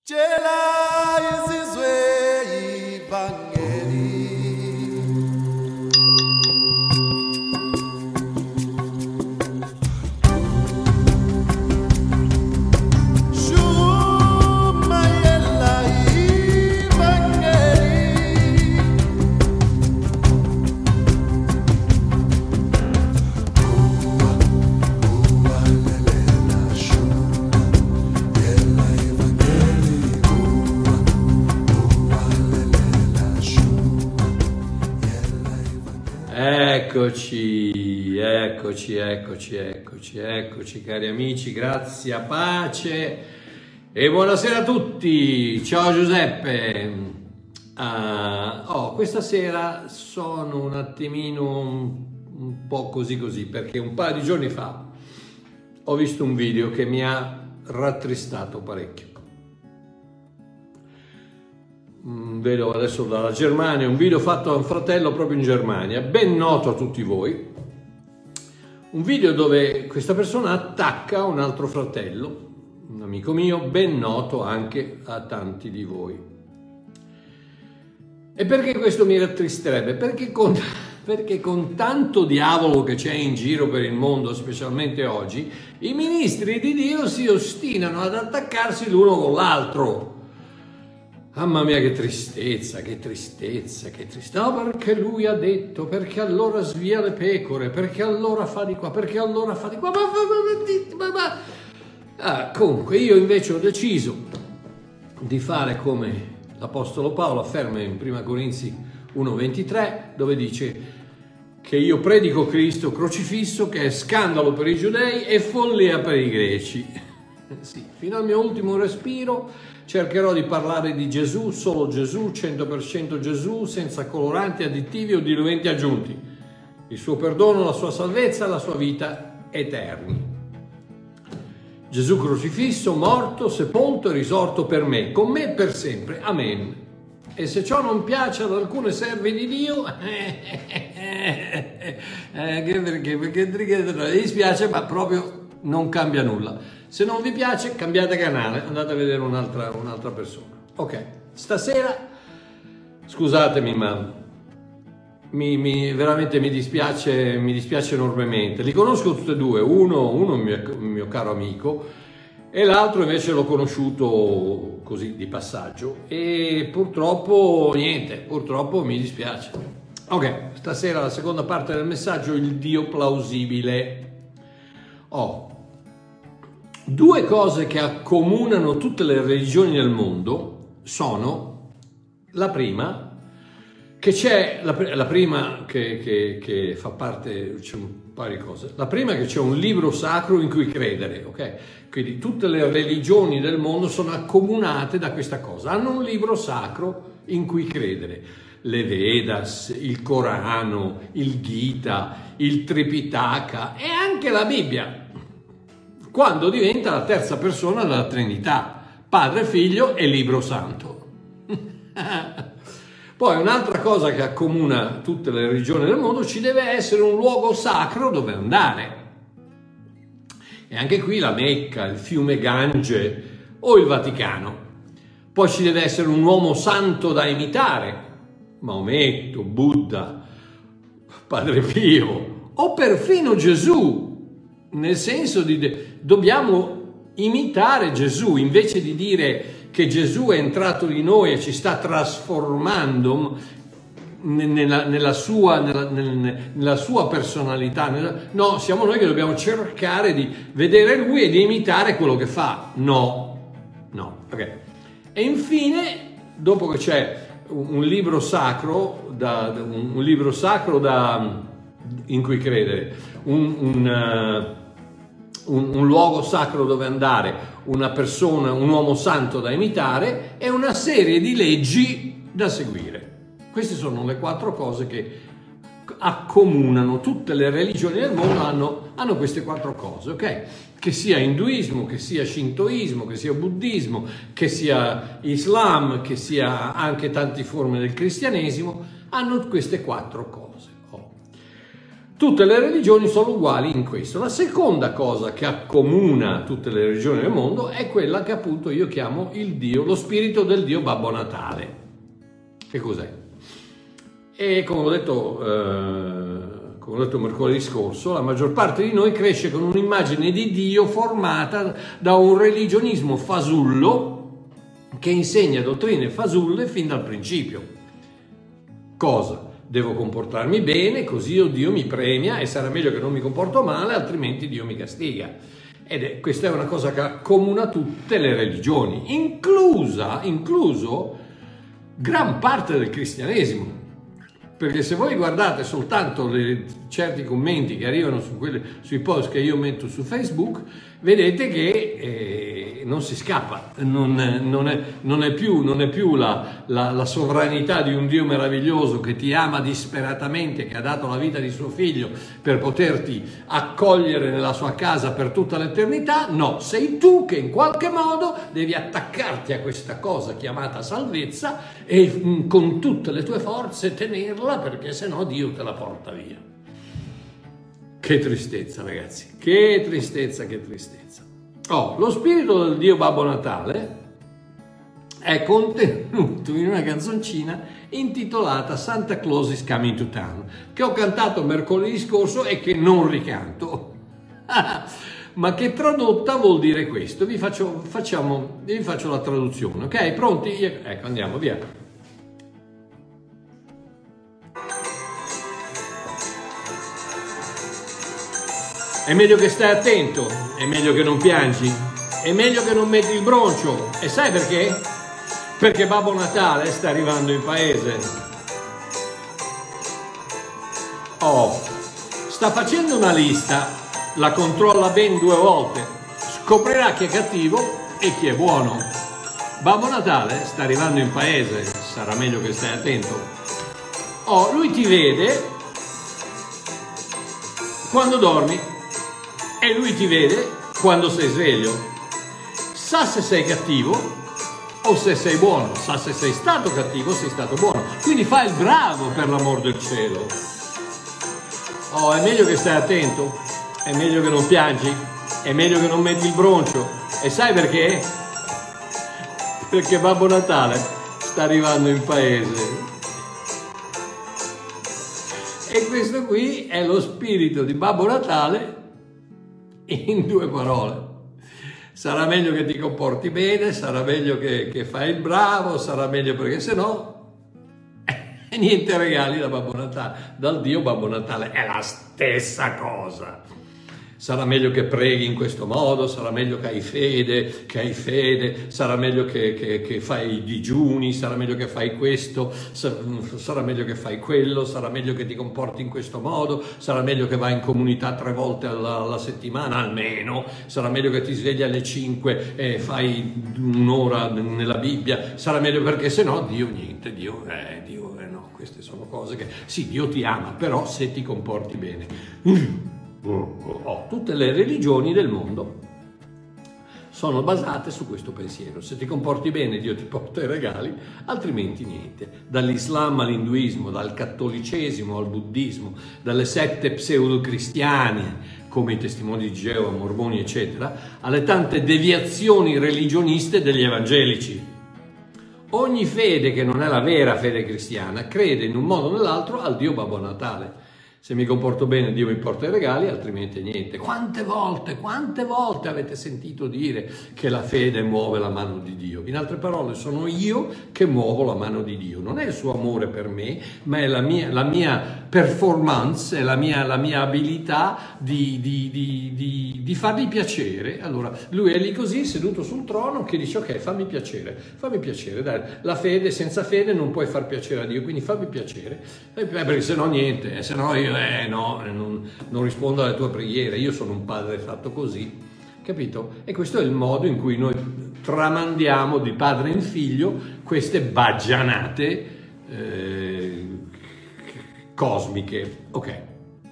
Tshela izizwe ivangeli. Shumayela ivangeli. Uwa lelela shumayela ivangeli. Eccoci cari amici, grazia, pace e buonasera a tutti. Ciao Giuseppe. Questa sera sono un attimino un po' così perché un paio di giorni fa ho visto un video che mi ha rattristato parecchio. Vedo adesso dalla Germania un video fatto da un fratello proprio in Germania, ben noto a tutti voi, un video dove questa persona attacca un altro fratello, un amico mio, ben noto anche a tanti di voi. E perché questo mi rattristerebbe? Perché con tanto diavolo che c'è in giro per il mondo, specialmente oggi, i ministri di Dio si ostinano ad attaccarsi l'uno con l'altro. Mamma mia, che tristezza. No, perché lui ha detto, perché allora svia le pecore, perché allora fa di qua, perché allora fa di qua. Comunque io invece ho deciso di fare come l'Apostolo Paolo afferma in 1 Corinzi 1,23, dove dice che io predico Cristo crocifisso, che è scandalo per i giudei e follia per i greci. Sì, fino al mio ultimo respiro cercherò di parlare di Gesù, solo Gesù, 100% Gesù, senza coloranti, additivi o diluenti aggiunti. Il suo perdono, la sua salvezza, la sua vita eterni. Gesù crocifisso, morto, sepolto e risorto per me, con me per sempre. Amen. E se ciò non piace ad alcune serve di Dio, perché mi dispiace, ma proprio non cambia nulla. Se non vi piace, cambiate canale, andate a vedere un'altra persona. Ok, stasera, scusatemi, ma veramente mi dispiace enormemente. Li conosco tutti e due, uno è un mio caro amico e l'altro invece l'ho conosciuto così di passaggio e purtroppo mi dispiace. Ok, stasera la seconda parte del messaggio, il Dio plausibile. Due cose che accomunano tutte le religioni del mondo sono, la prima, che c'è, la prima che fa parte, c'è un paio di cose, la prima è che c'è un libro sacro in cui credere, ok? Quindi tutte le religioni del mondo sono accomunate da questa cosa, hanno un libro sacro in cui credere. Le Vedas, il Corano, il Gita, il Tripitaka e anche la Bibbia, quando diventa la terza persona della Trinità, Padre, Figlio e Libro Santo. Poi un'altra cosa che accomuna tutte le religioni del mondo, ci deve essere un luogo sacro dove andare. E anche qui la Mecca, il fiume Gange o il Vaticano. Poi ci deve essere un uomo santo da imitare, Maometto, Buddha, Padre Pio o perfino Gesù. Nel senso dobbiamo imitare Gesù, invece di dire che Gesù è entrato di noi e ci sta trasformando nella sua personalità. No, siamo noi che dobbiamo cercare di vedere Lui e di imitare quello che fa. No, ok. E infine, dopo che c'è un libro sacro in cui credere, un luogo sacro dove andare, una persona, un uomo santo da imitare e una serie di leggi da seguire. Queste sono le quattro cose che accomunano tutte le religioni del mondo, hanno queste quattro cose, ok? Che sia induismo, che sia shintoismo, che sia buddismo, che sia islam, che sia anche tante forme del cristianesimo, hanno queste quattro cose. Tutte le religioni sono uguali in questo. La seconda cosa che accomuna tutte le religioni del mondo è quella che appunto io chiamo il Dio, lo spirito del Dio Babbo Natale. Che cos'è? E come ho detto mercoledì scorso, la maggior parte di noi cresce con un'immagine di Dio formata da un religionismo fasullo che insegna dottrine fasulle fin dal principio. Cosa? Devo comportarmi bene, così Dio mi premia e sarà meglio che non mi comporto male, altrimenti Dio mi castiga. Questa è una cosa che accomuna tutte le religioni, incluso gran parte del cristianesimo. Perché se voi guardate soltanto certi commenti che arrivano sui post che io metto su Facebook, vedete che non si scappa, non è più la sovranità di un Dio meraviglioso che ti ama disperatamente, che ha dato la vita di suo figlio per poterti accogliere nella sua casa per tutta l'eternità. No, sei tu che in qualche modo devi attaccarti a questa cosa chiamata salvezza e con tutte le tue forze tenerla, perché sennò Dio te la porta via. Che tristezza, ragazzi, che tristezza. Lo spirito del Dio Babbo Natale è contenuto in una canzoncina intitolata Santa Claus is Coming to Town, che ho cantato mercoledì scorso e che non ricanto, ma che tradotta vuol dire questo. Vi faccio la traduzione, ok? Pronti? Ecco, andiamo, via. È meglio che stai attento, è meglio che non piangi, è meglio che non metti il broncio. E sai perché? Perché Babbo Natale sta arrivando in paese. Sta facendo una lista, la controlla ben 2 volte, scoprirà chi è cattivo e chi è buono. Babbo Natale sta arrivando in paese, sarà meglio che stai attento. Lui ti vede quando dormi. E lui ti vede quando sei sveglio. Sa se sei cattivo o se sei buono. Sa se sei stato cattivo o sei stato buono. Quindi fai il bravo, per l'amor del cielo. È meglio che stai attento. È meglio che non piangi. È meglio che non metti il broncio. E sai perché? Perché Babbo Natale sta arrivando in paese. E questo qui è lo spirito di Babbo Natale in 2 parole. Sarà meglio che ti comporti bene, sarà meglio che fai il bravo, sarà meglio perché sennò niente regali da Babbo Natale, dal Dio Babbo Natale, è la stessa cosa. Sarà meglio che preghi in questo modo, sarà meglio che hai fede, sarà meglio che fai i digiuni, sarà meglio che fai questo, sarà meglio che fai quello, sarà meglio che ti comporti in questo modo, sarà meglio che vai in comunità 3 volte alla settimana almeno, sarà meglio che ti svegli alle 5 e fai 1 ora nella Bibbia, sarà meglio perché sennò Dio niente, Dio no, queste sono cose che sì, Dio ti ama, però se ti comporti bene. Tutte le religioni del mondo sono basate su questo pensiero. Se ti comporti bene Dio ti porta i regali, altrimenti niente. Dall'Islam all'Induismo, dal cattolicesimo al buddismo, dalle sette pseudo-cristiane come i testimoni di Geova, mormoni eccetera, alle tante deviazioni religioniste degli evangelici. Ogni fede che non è la vera fede cristiana crede in un modo o nell'altro al Dio Babbo Natale. Se mi comporto bene Dio mi porta i regali, altrimenti niente. Quante volte avete sentito dire che la fede muove la mano di Dio? In altre parole, sono io che muovo la mano di Dio. Non è il suo amore per me, ma è la mia performance, è la mia abilità di fargli piacere. Allora, lui è lì così, seduto sul trono, che dice, ok, fammi piacere, dai. La fede, senza fede non puoi far piacere a Dio, quindi fammi piacere, perché sennò niente, sennò io non rispondo alle tue preghiere, io sono un padre fatto così, capito? E questo è il modo in cui noi tramandiamo di padre in figlio queste baggianate cosmiche, ok?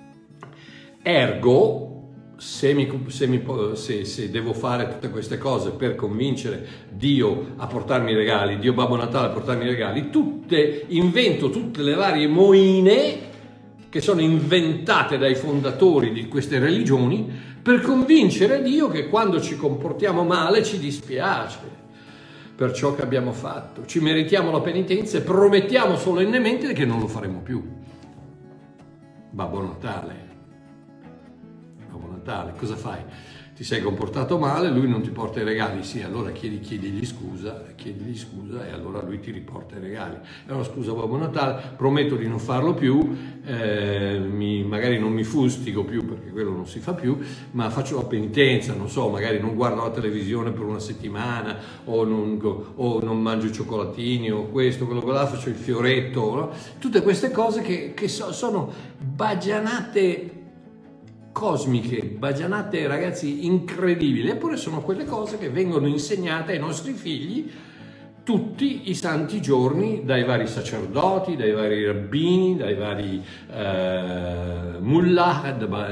Ergo, se devo fare tutte queste cose per convincere Dio a portarmi i regali, Dio Babbo Natale a portarmi i regali, invento tutte le varie moine che che sono inventate dai fondatori di queste religioni per convincere Dio che quando ci comportiamo male ci dispiace per ciò che abbiamo fatto, ci meritiamo la penitenza e promettiamo solennemente che non lo faremo più. Babbo Natale, cosa fai? Ti sei comportato male, lui non ti porta i regali, sì, allora chiedigli scusa e allora lui ti riporta i regali. Allora scusa Babbo Natale, prometto di non farlo più, magari non mi fustigo più perché quello non si fa più, ma faccio la penitenza, non so, magari non guardo la televisione per una settimana o non mangio i cioccolatini o questo, quello là, faccio il fioretto, no? Tutte queste cose che sono bagianate cosmiche, bagianate, ragazzi, incredibili, eppure sono quelle cose che vengono insegnate ai nostri figli tutti i santi giorni dai vari sacerdoti, dai vari rabbini, dai vari mullah,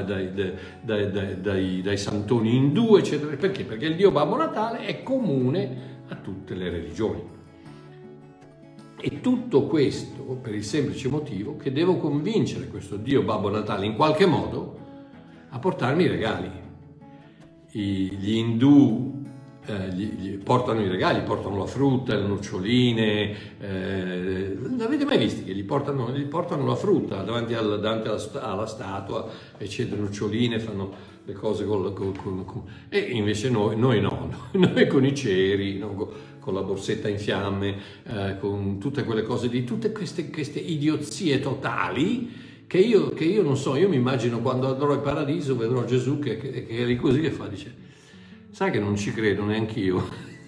dai santoni indù, eccetera. Perché? Perché il Dio Babbo Natale è comune a tutte le religioni. E tutto questo per il semplice motivo che devo convincere questo Dio Babbo Natale in qualche modo a portarmi i regali. Gli indù gli portano i regali, portano la frutta, le noccioline, l'avete mai visti che gli portano la frutta davanti alla statua, eccetera, noccioline, fanno le cose e invece noi no, noi con i ceri, no? Con la borsetta in fiamme, con tutte quelle cose lì, tutte queste idiozie totali che io non so, io mi immagino quando andrò in paradiso vedrò Gesù che è lì così e dice, sai che non ci credo neanch'io,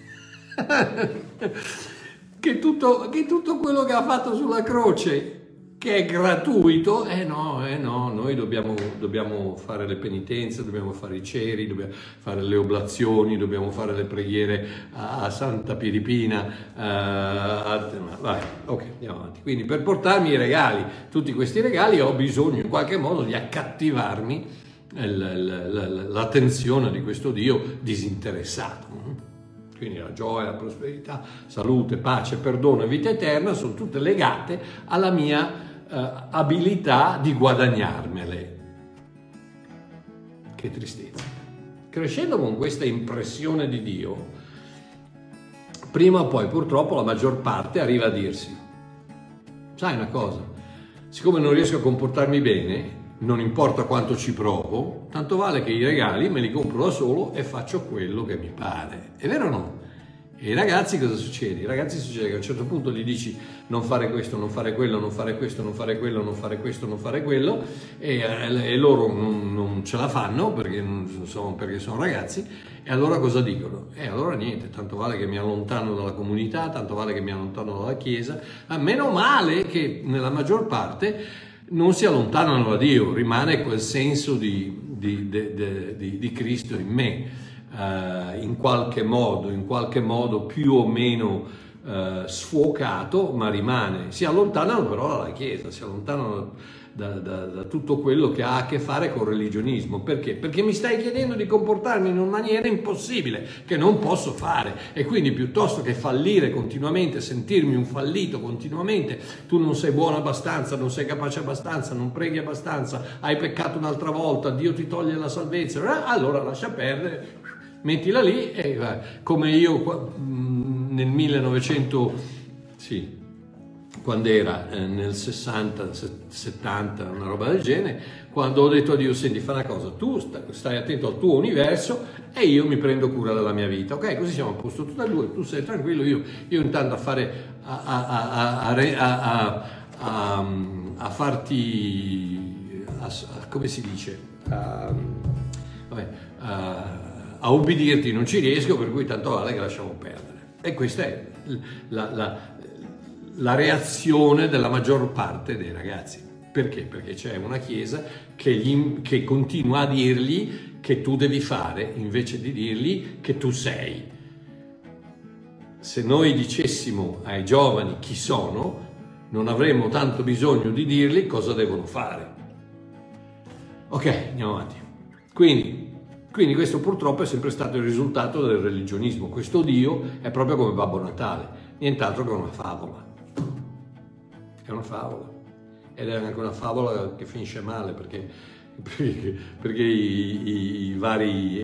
che tutto quello che ha fatto sulla croce, che è gratuito, no, noi dobbiamo fare le penitenze, dobbiamo fare i ceri, dobbiamo fare le oblazioni, dobbiamo fare le preghiere a Santa Piripina, vai, ok, andiamo avanti. Quindi per portarmi i regali, tutti questi regali, ho bisogno in qualche modo di accattivarmi l'attenzione di questo Dio disinteressato. Quindi la gioia, la prosperità, salute, pace, perdono e vita eterna sono tutte legate alla mia abilità di guadagnarmele. Che tristezza. Crescendo con questa impressione di Dio, prima o poi purtroppo la maggior parte arriva a dirsi, sai una cosa, siccome non riesco a comportarmi bene, non importa quanto ci provo, tanto vale che i regali me li compro da solo e faccio quello che mi pare. È vero o no? E ai ragazzi cosa succede? Ai ragazzi succede che a un certo punto gli dici non fare questo, non fare quello, non fare questo, non fare quello, non fare questo, non fare quello e loro non ce la fanno perché sono ragazzi e allora cosa dicono? Allora niente, tanto vale che mi allontano dalla comunità, tanto vale che mi allontano dalla chiesa, meno male che nella maggior parte non si allontanano da Dio, rimane quel senso di Cristo in me. In qualche modo più o meno sfuocato, ma rimane. Si allontanano però dalla Chiesa, si allontanano da tutto quello che ha a che fare con il religionismo. Perché? Perché mi stai chiedendo di comportarmi in una maniera impossibile, che non posso fare, e quindi piuttosto che fallire continuamente, sentirmi un fallito continuamente, tu non sei buono abbastanza, non sei capace abbastanza, non preghi abbastanza, hai peccato un'altra volta, Dio ti toglie la salvezza, allora lascia perdere, mettila lì e vai. Come io nel 1900, sì, quando era nel 60, 70, una roba del genere, quando ho detto a Dio, senti, fa una cosa, tu stai attento al tuo universo e io mi prendo cura della mia vita, ok? Così siamo a posto tutti e due, tu sei tranquillo, io intanto a fare, a farti, come si dice, a ubbidirti non ci riesco, per cui tanto vale che lasciamo perdere. E questa è la reazione della maggior parte dei ragazzi. Perché? Perché c'è una chiesa che continua a dirgli che tu devi fare invece di dirgli che tu sei. Se noi dicessimo ai giovani chi sono, non avremmo tanto bisogno di dirgli cosa devono fare. Ok, andiamo avanti. Quindi questo purtroppo è sempre stato il risultato del religionismo. Questo Dio è proprio come Babbo Natale, nient'altro che una favola. È una favola. ed è anche una favola che finisce male perché i vari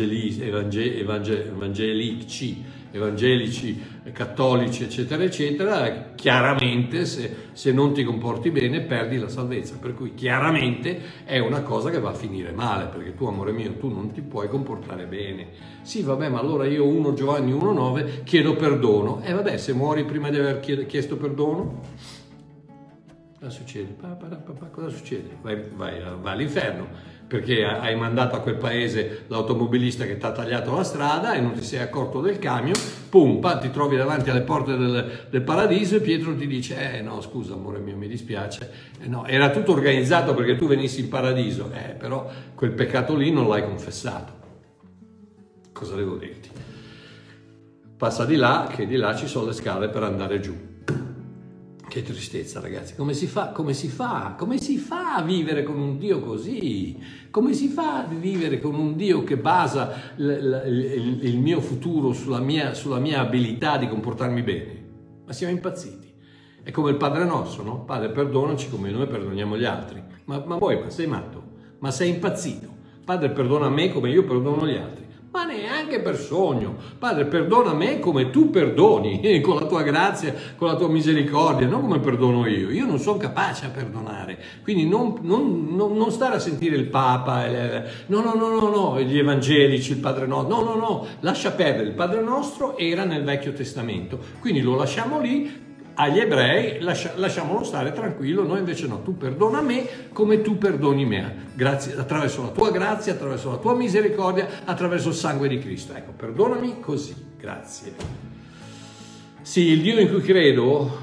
evangelici, cattolici, eccetera, eccetera, chiaramente se non ti comporti bene perdi la salvezza, per cui chiaramente è una cosa che va a finire male, perché tu, amore mio, tu non ti puoi comportare bene. Sì, vabbè, ma allora io 1 Giovanni 1,9 chiedo perdono, e vabbè, se muori prima di aver chiesto perdono, cosa succede? Cosa succede? Vai all'inferno, perché hai mandato a quel paese l'automobilista che ti ha tagliato la strada e non ti sei accorto del camion, pum, ti trovi davanti alle porte del paradiso e Pietro ti dice no, scusa amore mio, mi dispiace, no, era tutto organizzato perché tu venissi in paradiso, però quel peccato lì non l'hai confessato. Cosa devo dirti? Passa di là, che di là ci sono le scale per andare giù. Che tristezza, ragazzi, come si fa a vivere con un Dio così? Come si fa a vivere con un Dio che basa il mio futuro sulla mia abilità di comportarmi bene? Ma siamo impazziti. È come il Padre nostro, no? Padre, perdonaci come noi perdoniamo gli altri. Ma sei matto? Ma sei impazzito? Padre, perdona me come io perdono gli altri. Ma neanche per sogno. Padre, perdona me come tu perdoni, con la tua grazia, con la tua misericordia, non come perdono io. Io non sono capace a perdonare. Quindi non stare a sentire il Papa, no, gli evangelici, il Padre Nostro. No, lascia perdere. Il Padre Nostro era nel Vecchio Testamento. Quindi lo lasciamo lì. Agli ebrei lasciamolo stare tranquillo, noi invece no, tu perdona me come tu perdoni me, grazie, attraverso la tua grazia, attraverso la tua misericordia, attraverso il sangue di Cristo. Ecco, perdonami così, grazie. Sì, il Dio in cui credo,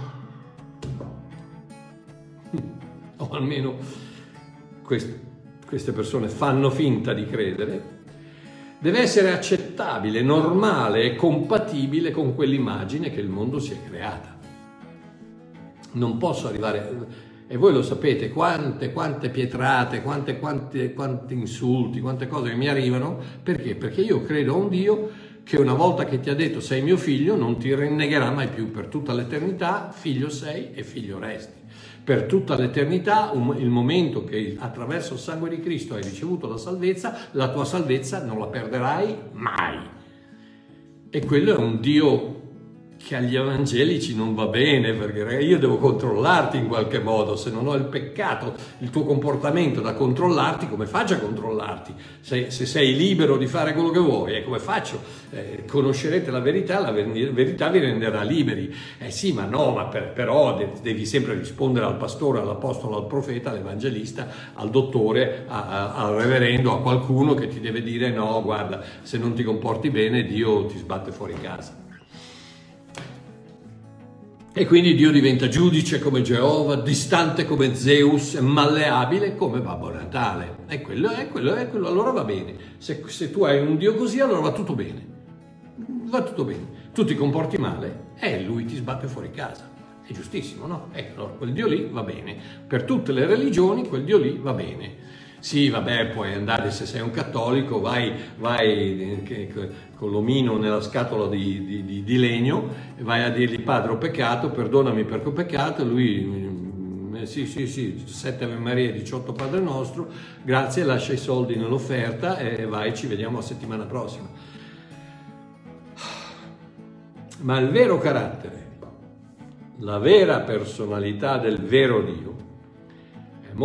o almeno queste persone fanno finta di credere, deve essere accettabile, normale e compatibile con quell'immagine che il mondo si è creata. Non posso arrivare, e voi lo sapete, quante pietrate, quanti insulti, quante cose che mi arrivano, perché? Perché io credo a un Dio che una volta che ti ha detto sei mio figlio non ti rinnegherà mai più, per tutta l'eternità figlio sei e figlio resti. Per tutta l'eternità, il momento che attraverso il sangue di Cristo hai ricevuto la tua salvezza non la perderai mai. E quello è un Dio che agli evangelici non va bene, perché io devo controllarti in qualche modo, se non ho il peccato, il tuo comportamento da controllarti, come faccio a controllarti? Se sei libero di fare quello che vuoi, come faccio? Conoscerete la verità vi renderà liberi. Sì, ma no, però devi sempre rispondere al pastore, all'apostolo, al profeta, all'evangelista, al dottore, al reverendo, a qualcuno che ti deve dire no, guarda, se non ti comporti bene Dio ti sbatte fuori casa. E quindi Dio diventa giudice come Geova, distante come Zeus, malleabile come Babbo Natale. E quello, allora va bene. Se tu hai un Dio così, allora va tutto bene. Va tutto bene. Tu ti comporti male, lui ti sbatte fuori casa. È giustissimo, no? Allora quel Dio lì va bene. Per tutte le religioni quel Dio lì va bene. Sì, vabbè, puoi andare, se sei un cattolico, vai con l'omino nella scatola di legno, e vai a dirgli padre ho peccato, perdonami perché ho peccato, e lui sì, 7 Ave Maria e 18 Padre Nostro, grazie, lascia i soldi nell'offerta e vai, ci vediamo la settimana prossima. Ma il vero carattere, la vera personalità del vero Dio è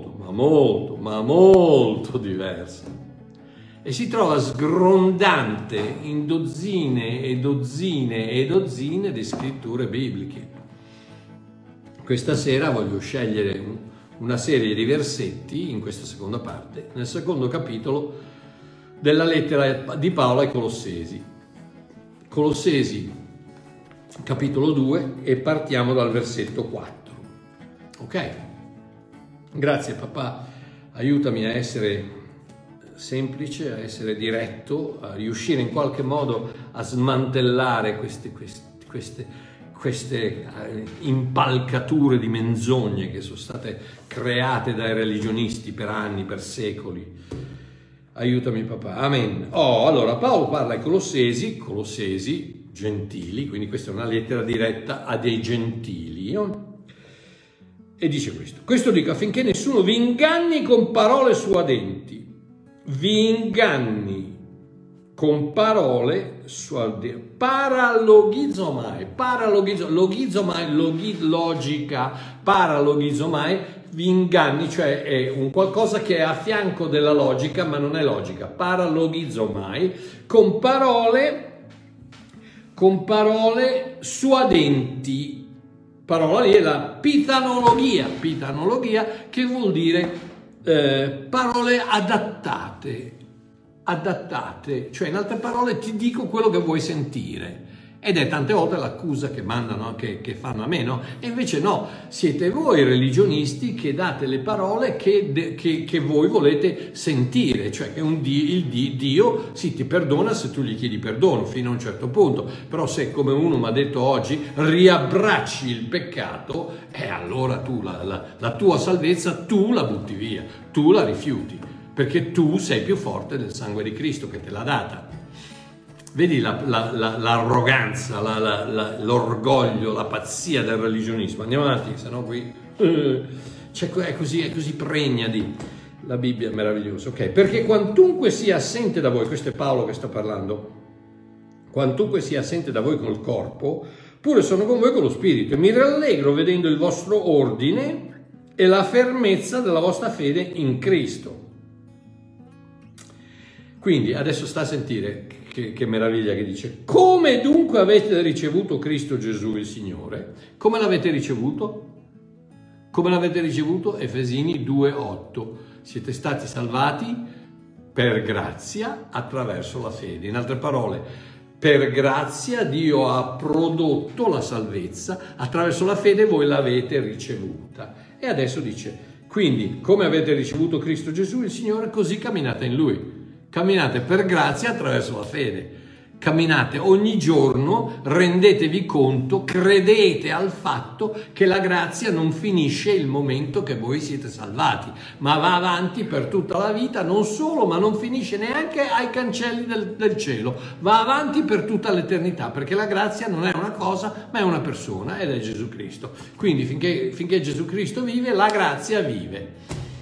molto diversa e si trova sgrondante in dozzine e dozzine di scritture bibliche. Questa sera voglio scegliere una serie di versetti in questa seconda parte, nel secondo capitolo della lettera di Paolo ai Colossesi. Colossesi capitolo 2 e partiamo dal versetto 4. Ok? Grazie papà, aiutami a essere semplice, a essere diretto, a riuscire in qualche modo a smantellare queste impalcature di menzogne che sono state create dai religionisti per anni, per secoli. Aiutami papà, amen. Allora Paolo parla ai Colossesi gentili, quindi questa è una lettera diretta a dei gentili. E dice questo. Questo dico affinché nessuno vi inganni con parole suadenti. Vi inganni con parole suadenti. Paralogizomai. Logica. Paralogizomai. Vi inganni, cioè è un qualcosa che è a fianco della logica, ma non è logica. Paralogizomai. Con parole suadenti. Parola lì è la pitanologia, che vuol dire parole adattate, cioè in altre parole ti dico quello che vuoi sentire. Ed è tante volte l'accusa che mandano, che fanno a me, no? E invece no, siete voi religionisti che date le parole che voi volete sentire, cioè che Dio sì ti perdona se tu gli chiedi perdono fino a un certo punto, però se come uno mi ha detto oggi riabbracci il peccato, allora tu la tua salvezza tu la butti via, tu la rifiuti, perché tu sei più forte del sangue di Cristo che te l'ha data. Vedi l'arroganza, l'orgoglio, la pazzia del religionismo. Andiamo avanti, sennò qui è così pregna di la Bibbia, è meravigliosa. Ok, perché quantunque sia assente da voi, questo è Paolo che sta parlando, quantunque sia assente da voi col corpo, pure sono con voi con lo spirito, e mi rallegro vedendo il vostro ordine e la fermezza della vostra fede in Cristo. Quindi adesso sta a sentire che meraviglia che dice: come dunque avete ricevuto Cristo Gesù il Signore? Come l'avete ricevuto? Come l'avete ricevuto? Efesini 2,8. Siete stati salvati per grazia attraverso la fede. In altre parole, per grazia Dio ha prodotto la salvezza, attraverso la fede voi l'avete ricevuta. E adesso dice: quindi come avete ricevuto Cristo Gesù il Signore, così camminate in Lui. Camminate per grazia attraverso la fede. Camminate ogni giorno, rendetevi conto, credete al fatto che la grazia non finisce il momento che voi siete salvati, ma va avanti per tutta la vita, non solo, ma non finisce neanche ai cancelli del cielo, va avanti per tutta l'eternità, perché la grazia non è una cosa, ma è una persona, ed è Gesù Cristo. Quindi finché Gesù Cristo vive, la grazia vive.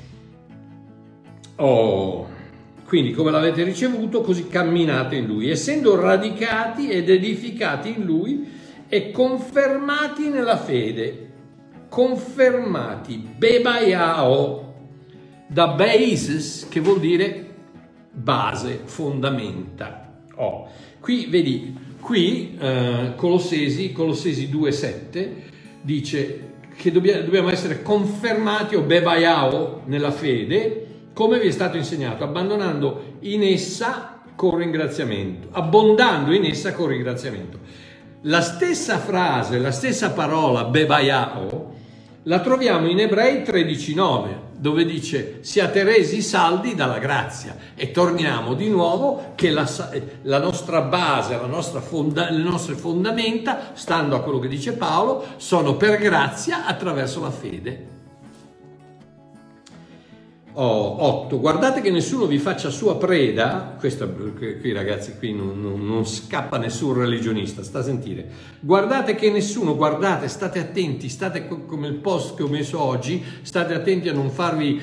Quindi come l'avete ricevuto, così camminate in Lui, essendo radicati ed edificati in Lui e confermati nella fede. Confermati, bebaiao, da basis, che vuol dire base, fondamenta. Qui vedi, Colossesi 2,7 dice che dobbiamo essere confermati o bebaiao nella fede, come vi è stato insegnato, abbondando in essa con ringraziamento. La stessa frase, la stessa parola bebaiao, la troviamo in Ebrei 13,9, dove dice: siate resi saldi dalla grazia. E torniamo di nuovo che la nostra base, le nostre fondamenta, stando a quello che dice Paolo, sono per grazia attraverso la fede. 8. Guardate che nessuno vi faccia sua preda. Questo qui, ragazzi, qui non scappa nessun religionista, sta a sentire. Guardate che nessuno, state attenti, state come il post che ho messo oggi, state attenti a non farvi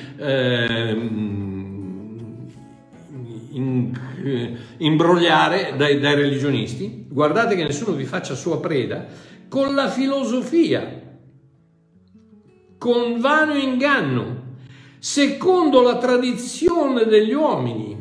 imbrogliare dai religionisti. Guardate che nessuno vi faccia sua preda con la filosofia, con vano inganno, secondo la tradizione degli uomini,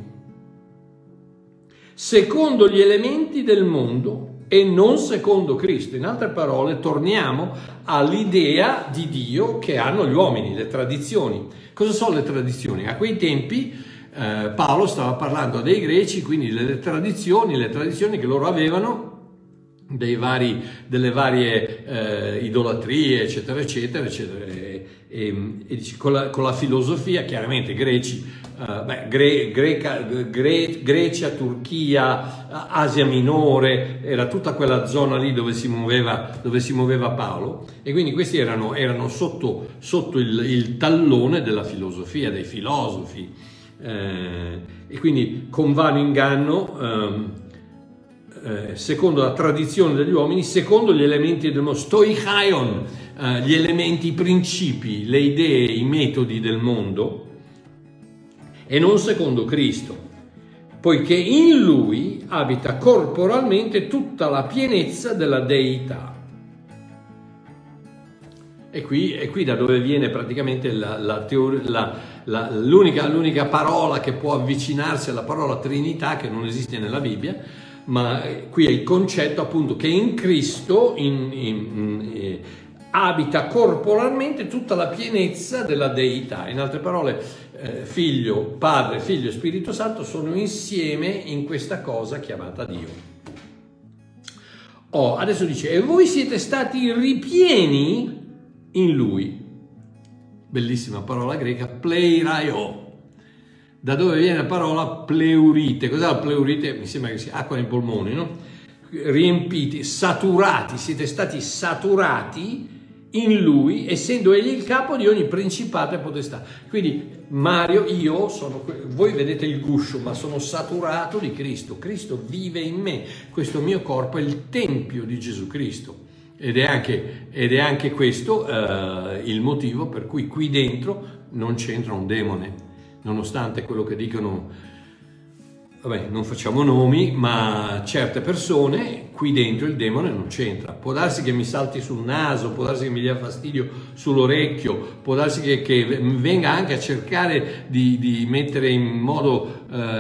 secondo gli elementi del mondo e non secondo Cristo. In altre parole, torniamo all'idea di Dio che hanno gli uomini, le tradizioni. Cosa sono le tradizioni? A quei tempi Paolo stava parlando dei greci, quindi le tradizioni che loro avevano, delle varie idolatrie, eccetera, eccetera, eccetera. E dice, con la filosofia, chiaramente greci, Grecia, Turchia, Asia Minore, era tutta quella zona lì dove si muoveva Paolo, e quindi questi erano sotto il tallone della filosofia, dei filosofi, e quindi con vano inganno secondo la tradizione degli uomini, secondo gli elementi del mondo, stoichaion, gli elementi, i principi, le idee, i metodi del mondo, e non secondo Cristo, poiché in Lui abita corporalmente tutta la pienezza della deità. E qui da dove viene praticamente l'unica parola che può avvicinarsi alla parola Trinità, che non esiste nella Bibbia, ma qui è il concetto appunto che in Cristo abita corporalmente tutta la pienezza della deità. In altre parole, Figlio, Padre, Figlio e Spirito Santo sono insieme in questa cosa chiamata Dio. Adesso dice, e voi siete stati ripieni in Lui. Bellissima parola greca, pleiraio. Da dove viene la parola pleurite? Cos'è la pleurite? Mi sembra che sia acqua nei polmoni, no? Riempiti, saturati, siete stati saturati in Lui, essendo Egli il capo di ogni principato e potestà. Quindi Mario, voi vedete il guscio, ma sono saturato di Cristo. Cristo vive in me. Questo mio corpo è il tempio di Gesù Cristo. Ed è anche questo il motivo per cui qui dentro non c'entra un demone, nonostante quello che dicono, vabbè, non facciamo nomi, ma certe persone, qui dentro il demone non c'entra. Può darsi che mi salti sul naso, può darsi che mi dia fastidio sull'orecchio, può darsi che venga anche a cercare di mettere in modo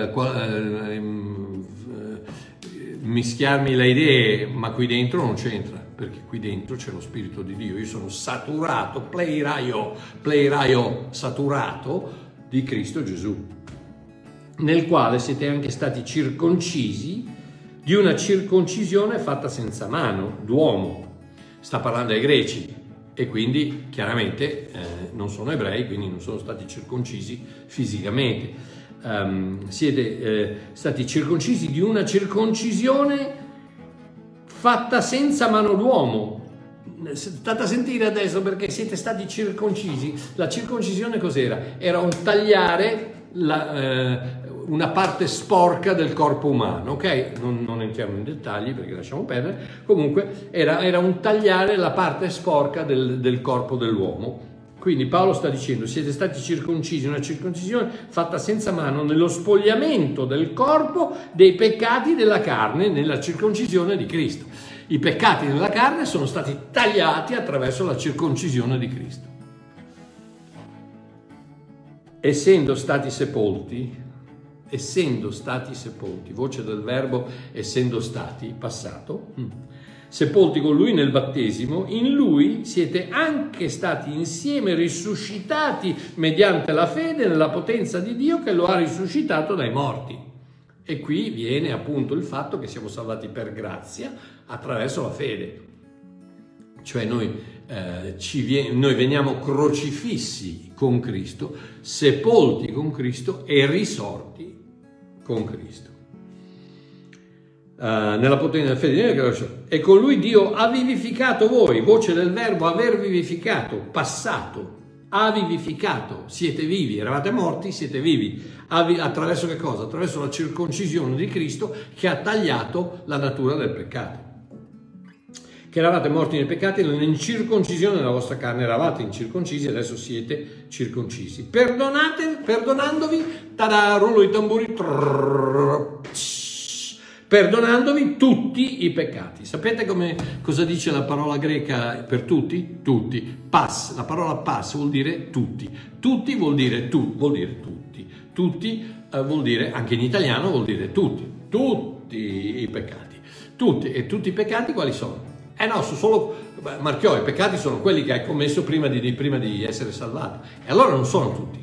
mischiarmi le idee, ma qui dentro non c'entra, perché qui dentro c'è lo Spirito di Dio. Io sono saturato, pleiraio, saturato di Cristo Gesù, nel quale siete anche stati circoncisi di una circoncisione fatta senza mano, d'uomo. Sta parlando ai greci e quindi chiaramente non sono ebrei, quindi non sono stati circoncisi fisicamente. Siete stati circoncisi di una circoncisione fatta senza mano d'uomo. State a sentire adesso, perché siete stati circoncisi. La circoncisione cos'era? Era un tagliare una parte sporca del corpo umano, ok? Non entriamo in dettagli perché lasciamo perdere. Comunque era un tagliare la parte sporca del corpo dell'uomo. Quindi Paolo sta dicendo, siete stati circoncisi, una circoncisione fatta senza mano, nello spogliamento del corpo dei peccati della carne, nella circoncisione di Cristo. I peccati della carne sono stati tagliati attraverso la circoncisione di Cristo. Essendo stati sepolti, voce del verbo essendo stati, passato, sepolti con Lui nel battesimo, in Lui siete anche stati insieme risuscitati mediante la fede nella potenza di Dio che lo ha risuscitato dai morti. E qui viene appunto il fatto che siamo salvati per grazia attraverso la fede. Cioè noi veniamo crocifissi con Cristo, sepolti con Cristo e risorti con Cristo. Nella potenza della fede, e con Lui Dio ha vivificato voi, voce del verbo aver vivificato, passato, ha vivificato, siete vivi, eravate morti, siete vivi, attraverso che cosa? Attraverso la circoncisione di Cristo che ha tagliato la natura del peccato. Che eravate morti nei peccati, nell'incirconcisione della vostra carne, eravate incirconcisi, adesso siete circoncisi. Perdonandovi, tada, rullo i tamburi, perdonandovi tutti i peccati. Sapete cosa dice la parola greca per tutti? Tutti. Pas, la parola pas vuol dire tutti. Tutti vuol dire tutti. Tutti vuol dire, anche in italiano vuol dire tutti. Tutti i peccati. Tutti. E tutti i peccati quali sono? No, solo Marchiò, i peccati sono quelli che hai commesso prima di essere salvato. E allora non sono tutti.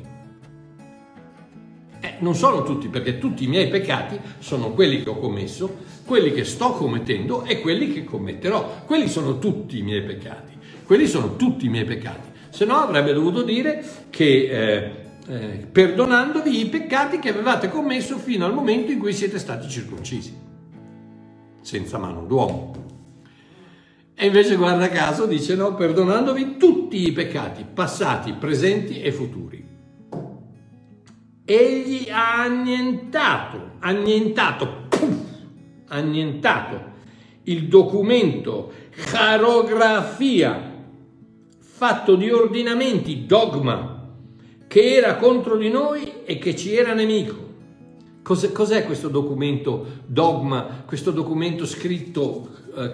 Non sono tutti, perché tutti i miei peccati sono quelli che ho commesso, quelli che sto commettendo e quelli che commetterò. Quelli sono tutti i miei peccati. Se no avrebbe dovuto dire che perdonandovi i peccati che avevate commesso fino al momento in cui siete stati circoncisi, senza mano d'uomo. E invece, guarda caso, dice no, perdonandovi tutti i peccati, passati, presenti e futuri. Egli ha annientato, annientato il documento charografia fatto di ordinamenti, dogma, che era contro di noi e che ci era nemico. Cos'è questo documento dogma, questo documento scritto,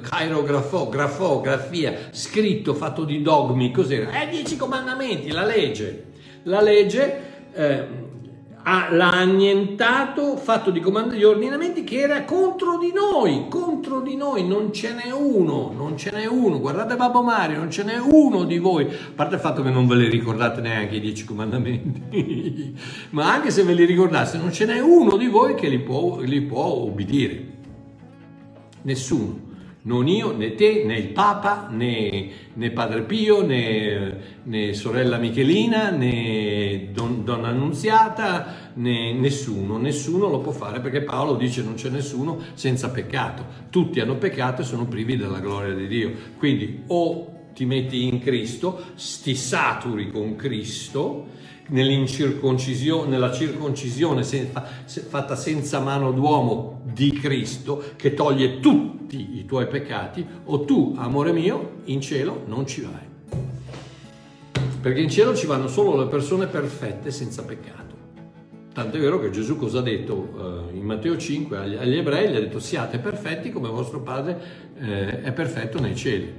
grafia, scritto, fatto di dogmi? Cos'era? 10 comandamenti, la legge. La legge l'ha annientato, fatto di ordinamenti che era contro di noi, non ce n'è uno, guardate Babbo Mario, non ce n'è uno di voi, a parte il fatto che non ve li ricordate neanche i 10 comandamenti, ma anche se ve li ricordaste non ce n'è uno di voi che li può obbedire, nessuno. Non io, né te, né il Papa, né Padre Pio, né sorella Michelina, né Donna Annunziata, né nessuno lo può fare, perché Paolo dice non c'è nessuno senza peccato. Tutti hanno peccato e sono privi della gloria di Dio. Quindi o ti metti in Cristo, ti saturi con Cristo, nella circoncisione fatta senza mano d'uomo di Cristo, che toglie tutti i tuoi peccati, o tu, amore mio, in cielo non ci vai. Perché in cielo ci vanno solo le persone perfette senza peccato. Tant'è vero che Gesù cosa ha detto in Matteo 5 agli ebrei? Gli ha detto: siate perfetti come vostro Padre è perfetto nei cieli.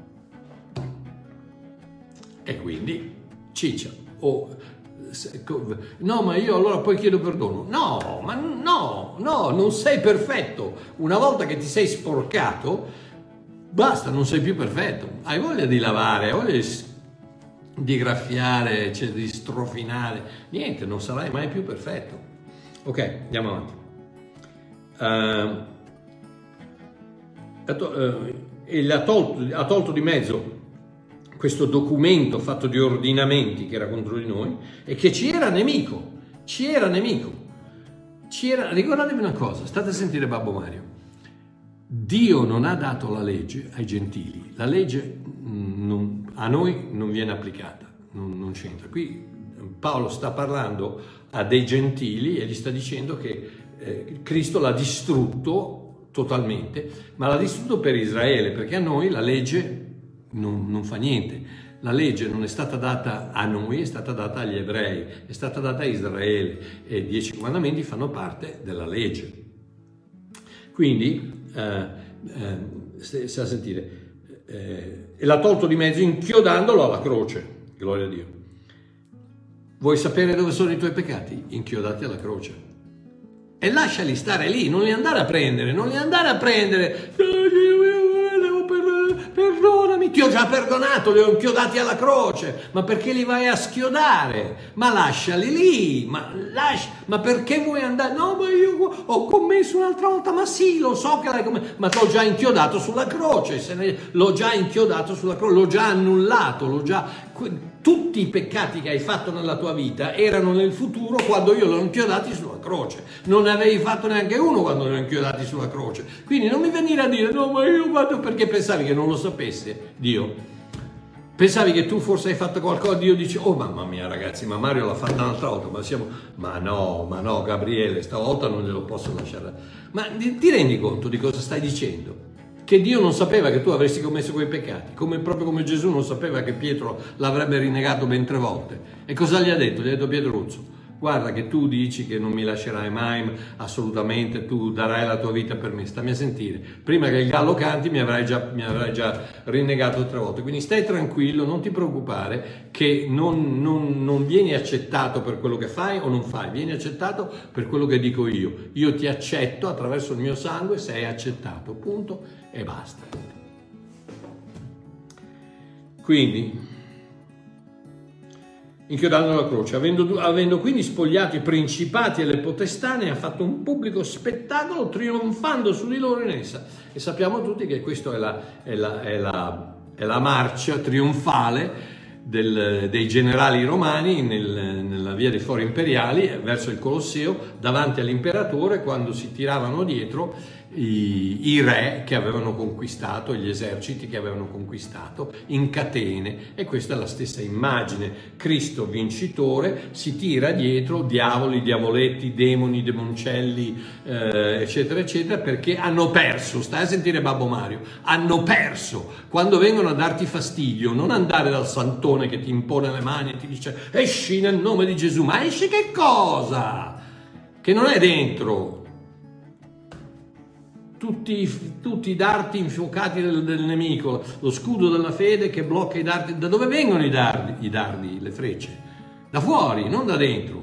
E quindi ciccia. No, ma io allora poi chiedo perdono. No, non sei perfetto. Una volta che ti sei sporcato, basta, non sei più perfetto. Hai voglia di lavare, hai voglia di graffiare, cioè di strofinare. Niente, non sarai mai più perfetto. Ok, andiamo avanti. E ha tolto di mezzo questo documento fatto di ordinamenti che era contro di noi e che ci era nemico. Ricordatevi una cosa, state a sentire Babbo Mario. Dio non ha dato la legge ai gentili, la legge a noi non viene applicata, non c'entra. Qui Paolo sta parlando a dei gentili e gli sta dicendo che Cristo l'ha distrutto totalmente, ma l'ha distrutto per Israele, perché a noi la legge non fa niente. La legge non è stata data a noi, è stata data agli ebrei, è stata data a Israele, e i 10 comandamenti fanno parte della legge. Quindi, sta a sentire, e l'ha tolto di mezzo inchiodandolo alla croce, gloria a Dio. Vuoi sapere dove sono i tuoi peccati? Inchiodati alla croce. E lasciali stare lì, non li andare a prendere. Perdonami, ti ho già perdonato, li ho inchiodati alla croce, ma perché li vai a schiodare? Ma lasciali lì, ma perché vuoi andare? No, ma io ho commesso un'altra volta, ma sì, lo so che l'hai commesso, ma t'ho già inchiodato sulla croce, l'ho già inchiodato sulla croce, l'ho già annullato, tutti i peccati che hai fatto nella tua vita erano nel futuro quando io li ho inchiodati sulla croce. Non ne avevi fatto neanche uno quando li ho inchiodati sulla croce. Quindi non mi venire a dire no, ma io vado, perché pensavi che non lo sapesse Dio. Pensavi che tu forse hai fatto qualcosa, Dio dice: oh mamma mia ragazzi, ma Mario l'ha fatta un'altra volta, ma no Gabriele, stavolta non glielo posso lasciare. Ma ti rendi conto di cosa stai dicendo? Che Dio non sapeva che tu avresti commesso quei peccati, proprio come Gesù non sapeva che Pietro l'avrebbe rinnegato ben 3 volte. E cosa gli ha detto? Gli ha detto: Pietruzzo, guarda che tu dici che non mi lascerai mai, assolutamente, tu darai la tua vita per me, stammi a sentire, prima che il gallo canti mi avrai già rinnegato 3 volte, quindi stai tranquillo, non ti preoccupare che non vieni accettato per quello che fai o non fai, vieni accettato per quello che dico io ti accetto attraverso il mio sangue, sei accettato, punto e basta. Quindi inchiodando la croce, avendo quindi spogliato i principati e le potestà, ne ha fatto un pubblico spettacolo, trionfando su di loro in essa. E sappiamo tutti che questa è la marcia trionfale dei generali romani nella via dei fori imperiali verso il Colosseo, davanti all'imperatore, quando si tiravano dietro i re che avevano conquistato, gli eserciti che avevano conquistato in catene, e questa è la stessa immagine. Cristo vincitore si tira dietro diavoli, diavoletti, demoni, demoncelli, eccetera eccetera, perché hanno perso. Stai a sentire Babbo Mario, hanno perso. Quando vengono a darti fastidio, non andare dal santone che ti impone le mani e ti dice esci nel nome di Gesù, ma esci che cosa? Che non è dentro. Tutti i dardi infuocati del nemico, lo scudo della fede che blocca i dardi. Da dove vengono i dardi, le frecce? Da fuori, non da dentro.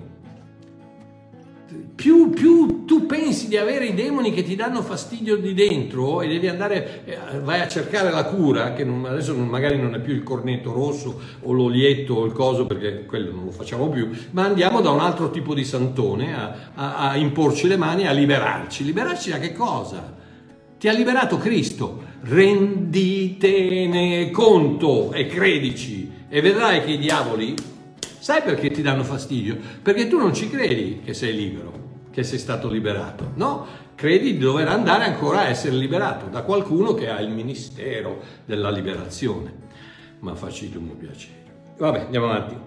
Più tu pensi di avere i demoni che ti danno fastidio di dentro e devi andare, vai a cercare la cura, che adesso magari non è più il cornetto rosso o l'olietto o il coso, perché quello non lo facciamo più, ma andiamo da un altro tipo di santone a imporci le mani e a liberarci. Liberarci da che cosa? Ti ha liberato Cristo, renditene conto e credici, e vedrai che i diavoli, sai perché ti danno fastidio? Perché tu non ci credi che sei libero, che sei stato liberato, no? Credi di dover andare ancora a essere liberato da qualcuno che ha il ministero della liberazione. Ma facci un piacere. Vabbè, andiamo avanti.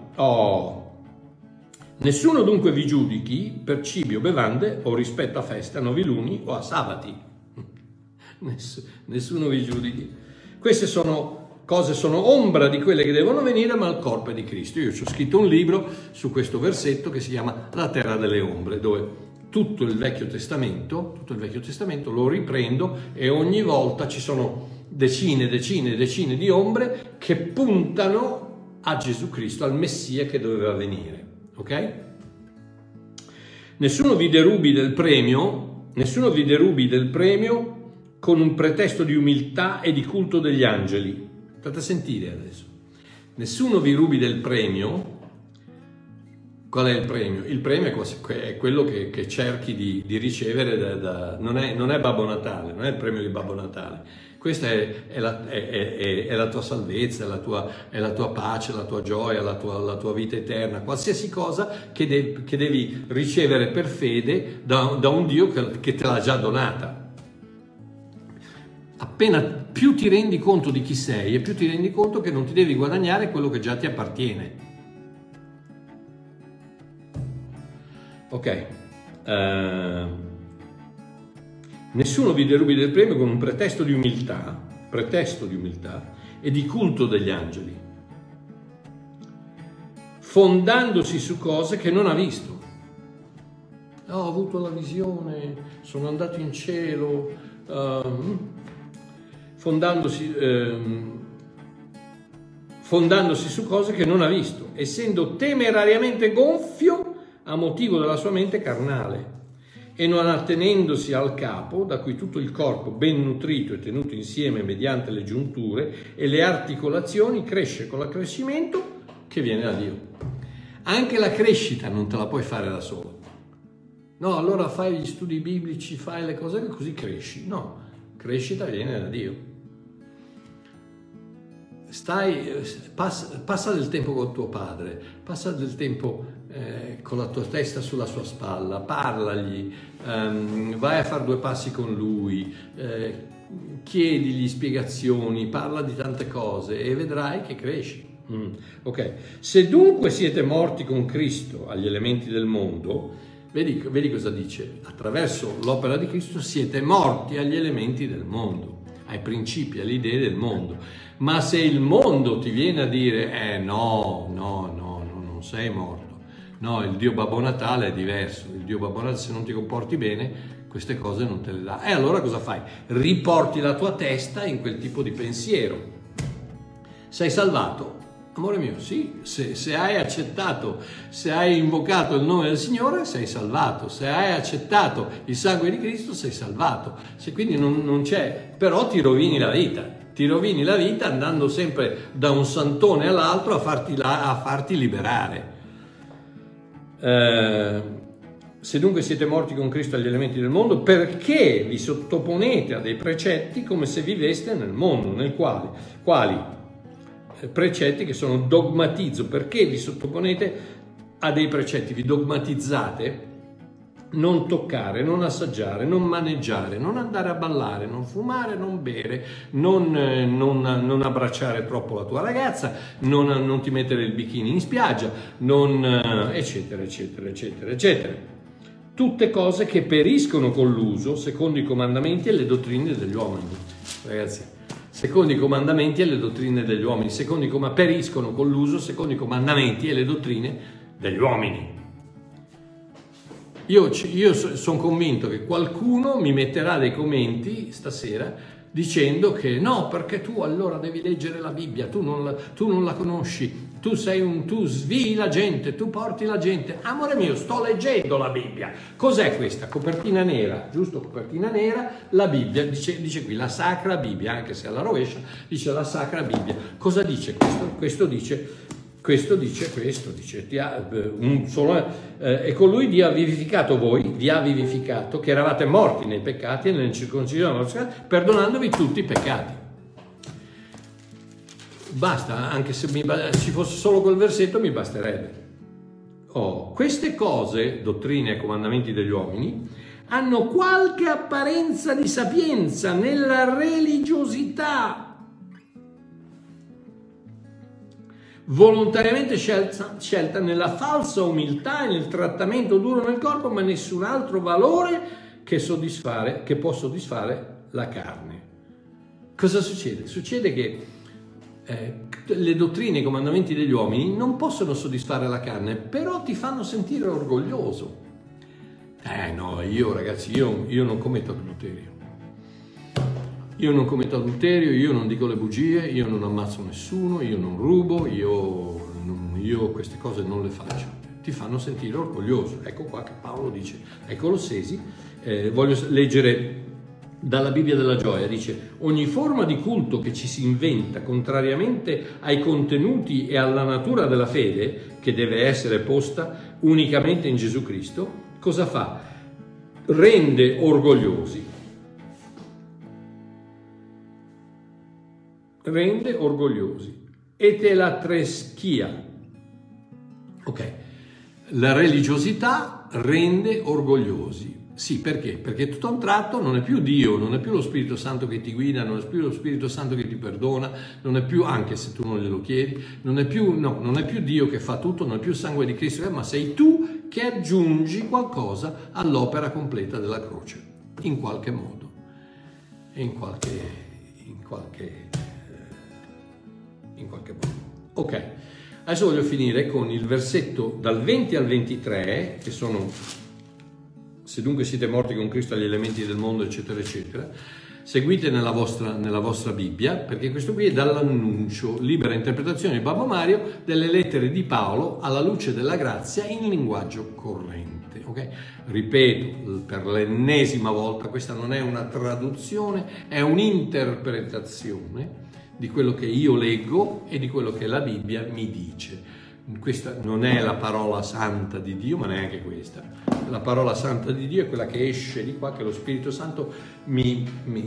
Nessuno dunque vi giudichi per cibi o bevande o rispetto a feste, a nuovi luni o a sabati. Nessuno vi giudichi. Queste cose sono ombra di quelle che devono venire, ma il corpo è di Cristo. Io ci ho scritto un libro su questo versetto che si chiama La terra delle ombre, dove tutto il Vecchio Testamento lo riprendo, e ogni volta ci sono decine di ombre che puntano a Gesù Cristo, al Messia che doveva venire. Ok? Nessuno vi derubi del premio con un pretesto di umiltà e di culto degli angeli. State a sentire adesso. Nessuno vi rubi del premio. Qual è il premio? Il premio è quello che cerchi di ricevere non è Babbo Natale, non è il premio di Babbo Natale. Questa è la tua salvezza, è la tua pace, la tua gioia, la tua vita eterna. Qualsiasi cosa che devi ricevere per fede da un Dio che te l'ha già donata. Appena più ti rendi conto di chi sei e più ti rendi conto che non ti devi guadagnare quello che già ti appartiene. Ok. Nessuno vi derubi del premio con un pretesto di umiltà e di culto degli angeli, fondandosi su cose che non ha visto. Ho avuto la visione, sono andato in cielo, fondandosi su cose che non ha visto, essendo temerariamente gonfio a motivo della sua mente carnale, e non attenendosi al capo, da cui tutto il corpo, ben nutrito e tenuto insieme mediante le giunture e le articolazioni, cresce con l'accrescimento che viene da Dio. Anche la crescita non te la puoi fare da solo. No, allora fai gli studi biblici, fai le cose che così cresci. No, crescita viene da Dio. Passa del tempo con tuo padre, passa del tempo con la tua testa sulla sua spalla, parlagli, vai a fare 2 passi con lui, chiedigli spiegazioni, parla di tante cose e vedrai che cresci. Ok, se dunque siete morti con Cristo agli elementi del mondo, vedi cosa dice? Attraverso l'opera di Cristo siete morti agli elementi del mondo, ai principi, alle idee del mondo. Ma se il mondo ti viene a dire no, non sei morto, no, il Dio Babbo Natale è diverso, il Dio Babbo Natale, se non ti comporti bene queste cose non te le dà, e allora cosa fai? Riporti la tua testa in quel tipo di pensiero. Sei salvato? Amore mio, sì, se hai accettato, se hai invocato il nome del Signore, sei salvato. Se hai accettato il sangue di Cristo, sei salvato. Se quindi non c'è, però ti rovini la vita. Ti rovini la vita andando sempre da un santone all'altro a farti liberare. Se dunque siete morti con Cristo agli elementi del mondo, perché vi sottoponete a dei precetti come se viveste nel mondo, nel quali precetti che sono dogmatizzo. Perché vi sottoponete a dei precetti? Vi dogmatizzate? non toccare, non assaggiare, non maneggiare, non andare a ballare, non fumare, non bere, non abbracciare troppo la tua ragazza, non ti mettere il bikini in spiaggia, eccetera, eccetera, eccetera, eccetera. Tutte cose che periscono con l'uso secondo i comandamenti e le dottrine degli uomini. Ragazzi, secondo i comandamenti e le dottrine degli uomini, periscono con l'uso secondo i comandamenti e le dottrine degli uomini. Io sono convinto che qualcuno mi metterà dei commenti stasera dicendo che no, perché tu allora devi leggere la Bibbia, tu non la conosci, tu svii la gente, tu porti la gente. Amore mio, sto leggendo la Bibbia. Cos'è questa? Copertina nera, giusto? Copertina nera, la Bibbia, dice qui, la Sacra Bibbia, anche se alla rovescia, dice la Sacra Bibbia. Cosa dice questo? Questo dice, e colui vi ha vivificato, che eravate morti nei peccati e nell'incirconcisione, perdonandovi tutti i peccati. Basta, anche se ci fosse solo quel versetto mi basterebbe. Queste cose, dottrine e comandamenti degli uomini, hanno qualche apparenza di sapienza nella religiosità, volontariamente scelta nella falsa umiltà e nel trattamento duro nel corpo, ma nessun altro valore che può soddisfare la carne. Cosa succede? Succede che le dottrine e i comandamenti degli uomini non possono soddisfare la carne, però ti fanno sentire orgoglioso. No, ragazzi, io non commetto adulterio. Io non commetto adulterio, io non dico le bugie, io non ammazzo nessuno, io non rubo, io queste cose non le faccio. Ti fanno sentire orgoglioso. Ecco qua che Paolo dice ai Colossesi, voglio leggere dalla Bibbia della Gioia, dice: ogni forma di culto che ci si inventa contrariamente ai contenuti e alla natura della fede, che deve essere posta unicamente in Gesù Cristo, cosa fa? Rende orgogliosi. Rende orgogliosi. Etelatreskия. Ok. La religiosità rende orgogliosi. Sì, perché? Perché tutto a un tratto non è più Dio, non è più lo Spirito Santo che ti guida, non è più lo Spirito Santo che ti perdona, non è più, anche se tu non glielo chiedi, non è più Dio che fa tutto, non è più il sangue di Cristo, ma sei tu che aggiungi qualcosa all'opera completa della croce, in qualche modo, in qualche modo. Ok, adesso voglio finire con il versetto dal 20 al 23, che sono: se dunque siete morti con Cristo agli elementi del mondo, eccetera, eccetera. Seguite nella vostra Bibbia, perché questo qui è dall'annuncio, libera interpretazione di Babbo Mario, delle lettere di Paolo alla luce della grazia in linguaggio corrente. Okay? Ripeto per l'ennesima volta, questa non è una traduzione, è un'interpretazione di quello che io leggo e di quello che la Bibbia mi dice. Questa non è la parola santa di Dio, ma neanche questa. La parola santa di Dio è quella che esce di qua, che lo Spirito Santo mi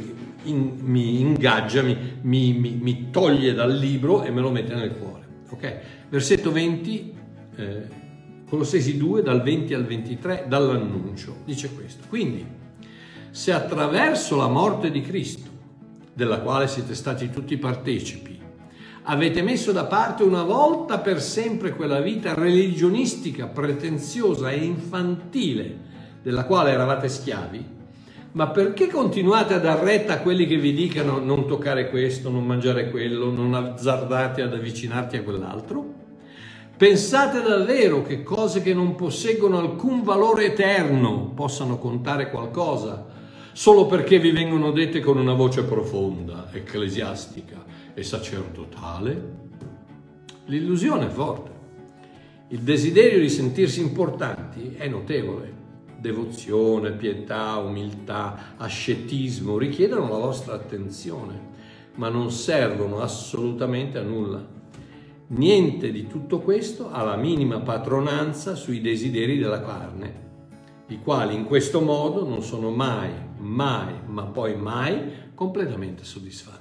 ingaggia, mi toglie dal libro e me lo mette nel cuore. Ok? Versetto 20, Colossesi 2, dal 20 al 23, dall'annuncio, dice questo: quindi, se attraverso la morte di Cristo, della quale siete stati tutti partecipi, avete messo da parte una volta per sempre quella vita religionistica, pretenziosa e infantile della quale eravate schiavi, ma perché continuate a dar retta a quelli che vi dicano non toccare questo, non mangiare quello, non azzardate ad avvicinarti a quell'altro? Pensate davvero che cose che non posseggono alcun valore eterno possano contare qualcosa solo perché vi vengono dette con una voce profonda, ecclesiastica e sacerdotale? L'illusione è forte. Il desiderio di sentirsi importanti è notevole. Devozione, pietà, umiltà, ascetismo richiedono la vostra attenzione, ma non servono assolutamente a nulla. Niente di tutto questo ha la minima padronanza sui desideri della carne, i quali in questo modo non sono mai, ma poi mai completamente soddisfatti.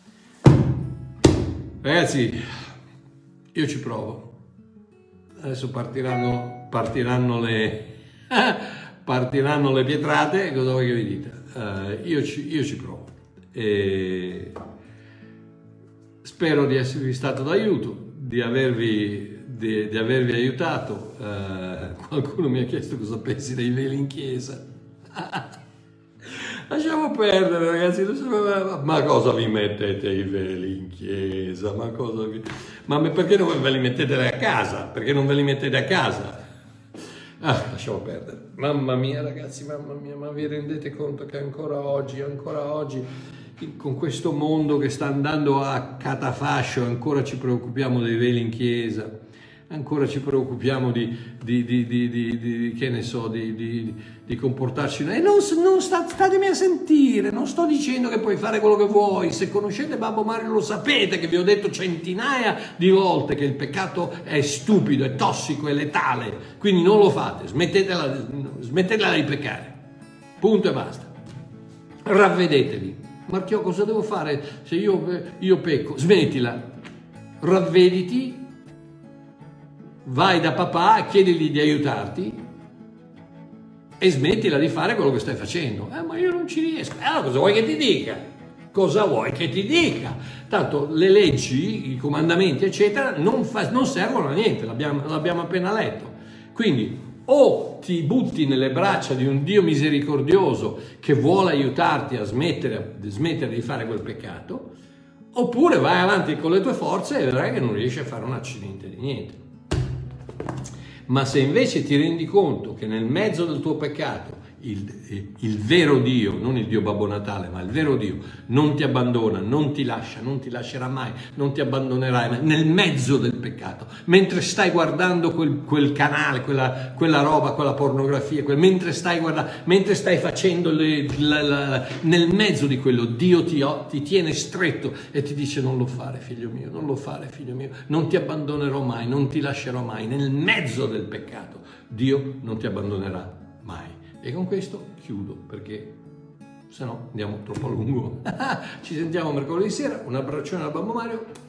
Ragazzi, io ci provo. Adesso partiranno partiranno le pietrate, cosa vuoi che vi dica? Io ci provo. E spero di esservi stato d'aiuto, di avervi aiutato. Qualcuno mi ha chiesto cosa pensi dei veli in chiesa. Lasciamo perdere, ragazzi. Ma cosa vi mettete i veli in chiesa? Ma perché non ve li mettete a casa? Perché non ve li mettete a casa? Lasciamo perdere. Mamma mia, ragazzi, mamma mia, ma vi rendete conto che ancora oggi, con questo mondo che sta andando a catafascio, ancora ci preoccupiamo dei veli in chiesa? Ancora ci preoccupiamo che ne so, di comportarci. E statemi a sentire, non sto dicendo che puoi fare quello che vuoi. Se conoscete Babbo Mario lo sapete che vi ho detto centinaia di volte che il peccato è stupido, è tossico, è letale. Quindi non lo fate, smettetela di peccare. Punto e basta. Ravvedetevi. Marchio, cosa devo fare se io pecco? Smettila, ravvediti. Vai da papà, chiedigli di aiutarti e smettila di fare quello che stai facendo. Ma io non ci riesco. Allora cosa vuoi che ti dica? Cosa vuoi che ti dica? Tanto le leggi, i comandamenti, eccetera, non servono a niente, l'abbiamo appena letto. Quindi o ti butti nelle braccia di un Dio misericordioso che vuole aiutarti a smettere di fare quel peccato, oppure vai avanti con le tue forze e vedrai che non riesci a fare un accidente di niente. Ma se invece ti rendi conto che nel mezzo del tuo peccato il vero Dio, non il Dio Babbo Natale, ma il vero Dio non ti abbandona, non ti lascia, non ti lascerà mai, non ti abbandonerai mai, nel mezzo del peccato, mentre stai guardando quel canale, quella roba, quella pornografia, mentre stai facendo nel mezzo di quello, Dio ti tiene stretto e ti dice: non lo fare figlio mio, non lo fare figlio mio, non ti abbandonerò mai, non ti lascerò mai. Nel mezzo del peccato Dio non ti abbandonerà mai. E con questo chiudo, perché se no andiamo troppo a lungo. Ci sentiamo mercoledì sera. Un abbraccione al Babbo Mario.